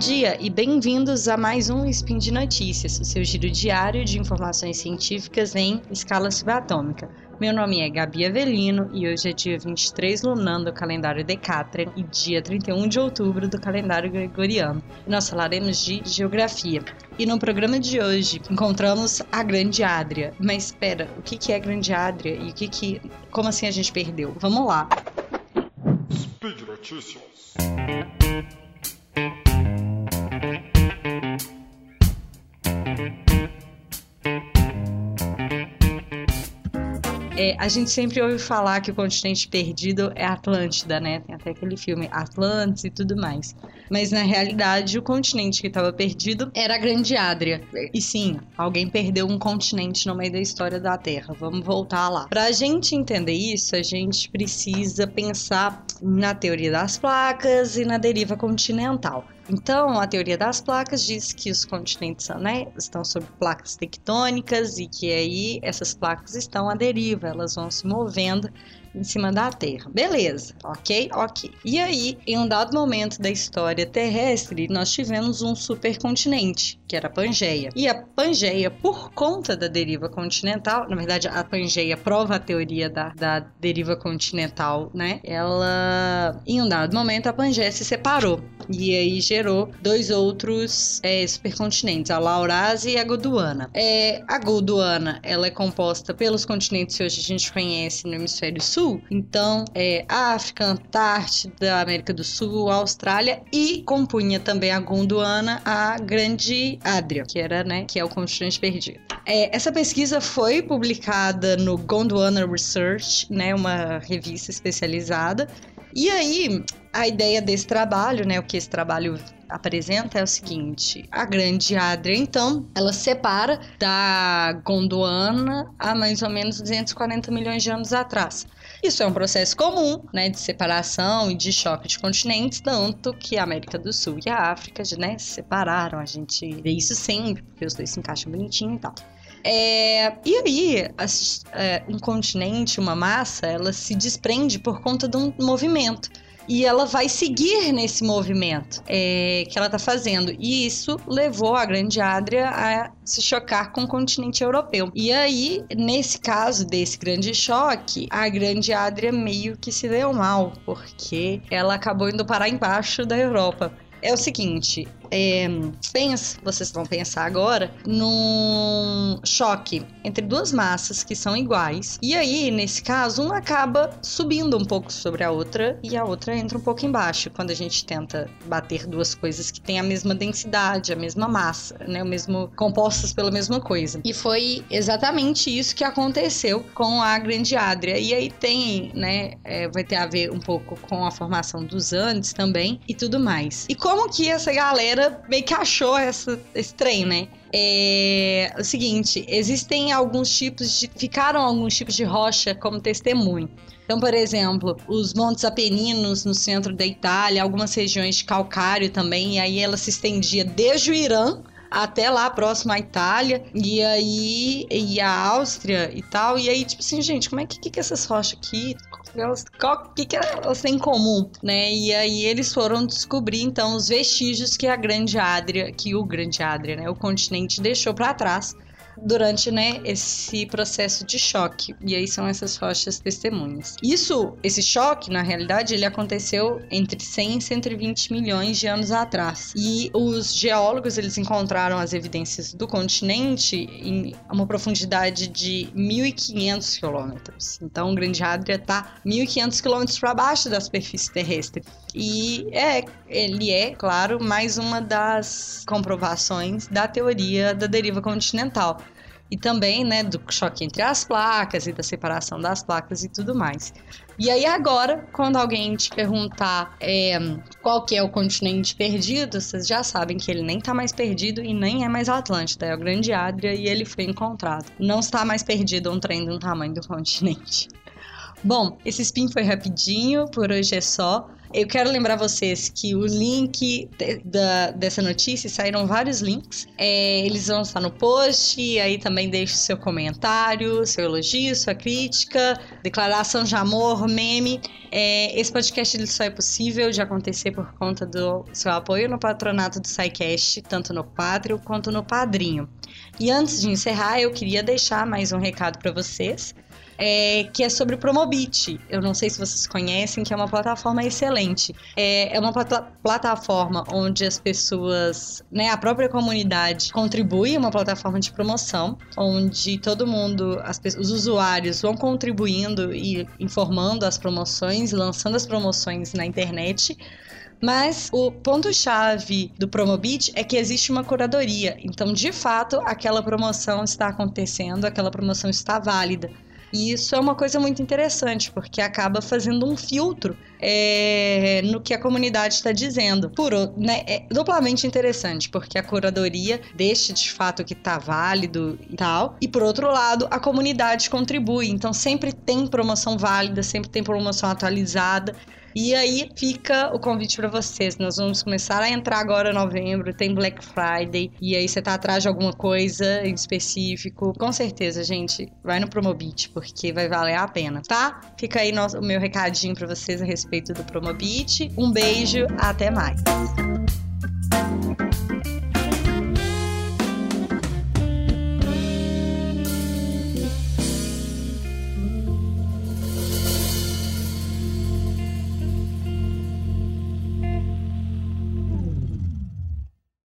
dia e bem-vindos a mais um Spin de Notícias, o seu giro diário de informações científicas em escala subatômica. Meu nome é Gabi Avelino e hoje é dia 23 Lunan do calendário Decatrian e dia 31 de outubro do calendário Gregoriano. E nós falaremos de geografia. E no programa de hoje encontramos a Grande Adria. Mas espera, o que é a Grande Adria e como assim a gente perdeu? Vamos lá. Speed Notícias. A gente sempre ouve falar que o continente perdido é a Atlântida, né? Tem até aquele filme Atlantis e tudo mais. Mas na realidade o continente que estava perdido era a Grande Adria. E sim, alguém perdeu um continente no meio da história da Terra. Vamos voltar lá. Pra gente entender isso, a gente precisa pensar na teoria das placas e na deriva continental. Então, a teoria das placas diz que os continentes estão sob placas tectônicas e que aí essas placas estão à deriva, elas vão se movendo em cima da Terra. Beleza, ok. E aí, em um dado momento da história terrestre, nós tivemos um supercontinente, que era a Pangeia. E a Pangeia, por conta da deriva continental, na verdade, a Pangeia prova a teoria da deriva continental, né? Em um dado momento, a Pangeia se separou. E aí gerou dois outros supercontinentes, a Laurásia e a Gondwana. A Gondwana, ela é composta pelos continentes que hoje a gente conhece no hemisfério sul. Então, África, Antártida, América do Sul, Austrália, e compunha também a Gondwana a Grande Adria, que é o continente perdido. Essa pesquisa foi publicada no Gondwana Research, né, uma revista especializada. E aí, a ideia desse trabalho, né, o que esse trabalho apresenta é o seguinte: a Grande Adria, então, ela separa da Gondwana há mais ou menos 240 milhões de anos atrás. Isso é um processo comum, né, de separação e de choque de continentes, tanto que a América do Sul e a África, né, se separaram. A gente vê isso sempre, porque os dois se encaixam bonitinho e tal. E aí, um continente, uma massa, ela se desprende por conta de um movimento. E ela vai seguir nesse movimento que ela está fazendo. E isso levou a Grande Adria a se chocar com o continente europeu. E aí, nesse caso desse grande choque, a Grande Adria meio que se deu mal, porque ela acabou indo parar embaixo da Europa. É o seguinte, vocês vão pensar agora num choque entre duas massas que são iguais, e aí, nesse caso, uma acaba subindo um pouco sobre a outra e a outra entra um pouco embaixo, quando a gente tenta bater duas coisas que têm a mesma densidade, a mesma massa, né, compostas pela mesma coisa. E foi exatamente isso que aconteceu com a Grande Adria. E aí tem, né, vai ter a ver um pouco com a formação dos Andes também e tudo mais. E como que essa galera meio que achou esse trem, né? O seguinte, ficaram alguns tipos de rocha como testemunho. Então, por exemplo, os Montes Apeninos no centro da Itália, algumas regiões de calcário também, e aí ela se estendia desde o Irã até lá próximo à Itália, e a Áustria e tal. E aí, tipo assim, gente, como é que essas rochas aqui, o que elas têm em comum, né? E aí eles foram descobrir, então, os vestígios que o Grande Adria, né, o continente deixou para trás durante, né, esse processo de choque. E aí são essas rochas testemunhas. Esse choque, na realidade, ele aconteceu entre 100 e 120 milhões de anos atrás. E os geólogos, eles encontraram as evidências do continente em uma profundidade de 1.500 quilômetros. Então, o Grande Adria está 1.500 quilômetros para baixo da superfície terrestre. E ele é, claro, mais uma das comprovações da teoria da deriva continental. E também, né, do choque entre as placas e da separação das placas e tudo mais. E aí agora, quando alguém te perguntar qual que é o continente perdido, vocês já sabem que ele nem está mais perdido e nem é mais a Atlântida, é o Grande Adria e ele foi encontrado. Não está mais perdido um trem do tamanho do continente. Bom, esse spin foi rapidinho, por hoje é só. Eu quero lembrar vocês que o link dessa notícia, saíram vários links. Eles vão estar no post, e aí também deixe seu comentário, seu elogio, sua crítica, declaração de amor, meme. Esse podcast ele só é possível de acontecer por conta do seu apoio no patronato do SciCast, tanto no Patreon quanto no Padrinho. E antes de encerrar, eu queria deixar mais um recado para vocês, que é sobre o Promobit. Eu não sei se vocês conhecem, que é uma plataforma excelente. É uma plataforma onde as pessoas, né, a própria comunidade contribui, uma plataforma de promoção, onde todo mundo, os usuários vão contribuindo e informando as promoções, lançando as promoções na internet. Mas o ponto-chave do Promobit é que existe uma curadoria. Então, de fato, aquela promoção está acontecendo, aquela promoção está válida. E isso é uma coisa muito interessante, porque acaba fazendo um filtro no que a comunidade está dizendo. É duplamente interessante, porque a curadoria deixa de fato que está válido e tal. E por outro lado, a comunidade contribui. Então sempre tem promoção válida, sempre tem promoção atualizada. E aí fica o convite para vocês. Nós vamos começar a entrar agora em novembro, tem Black Friday, e aí você tá atrás de alguma coisa em específico. Com certeza, gente, vai no Promobit, porque vai valer a pena, tá? Fica aí o meu recadinho para vocês a respeito do Promobit. Um beijo, até mais!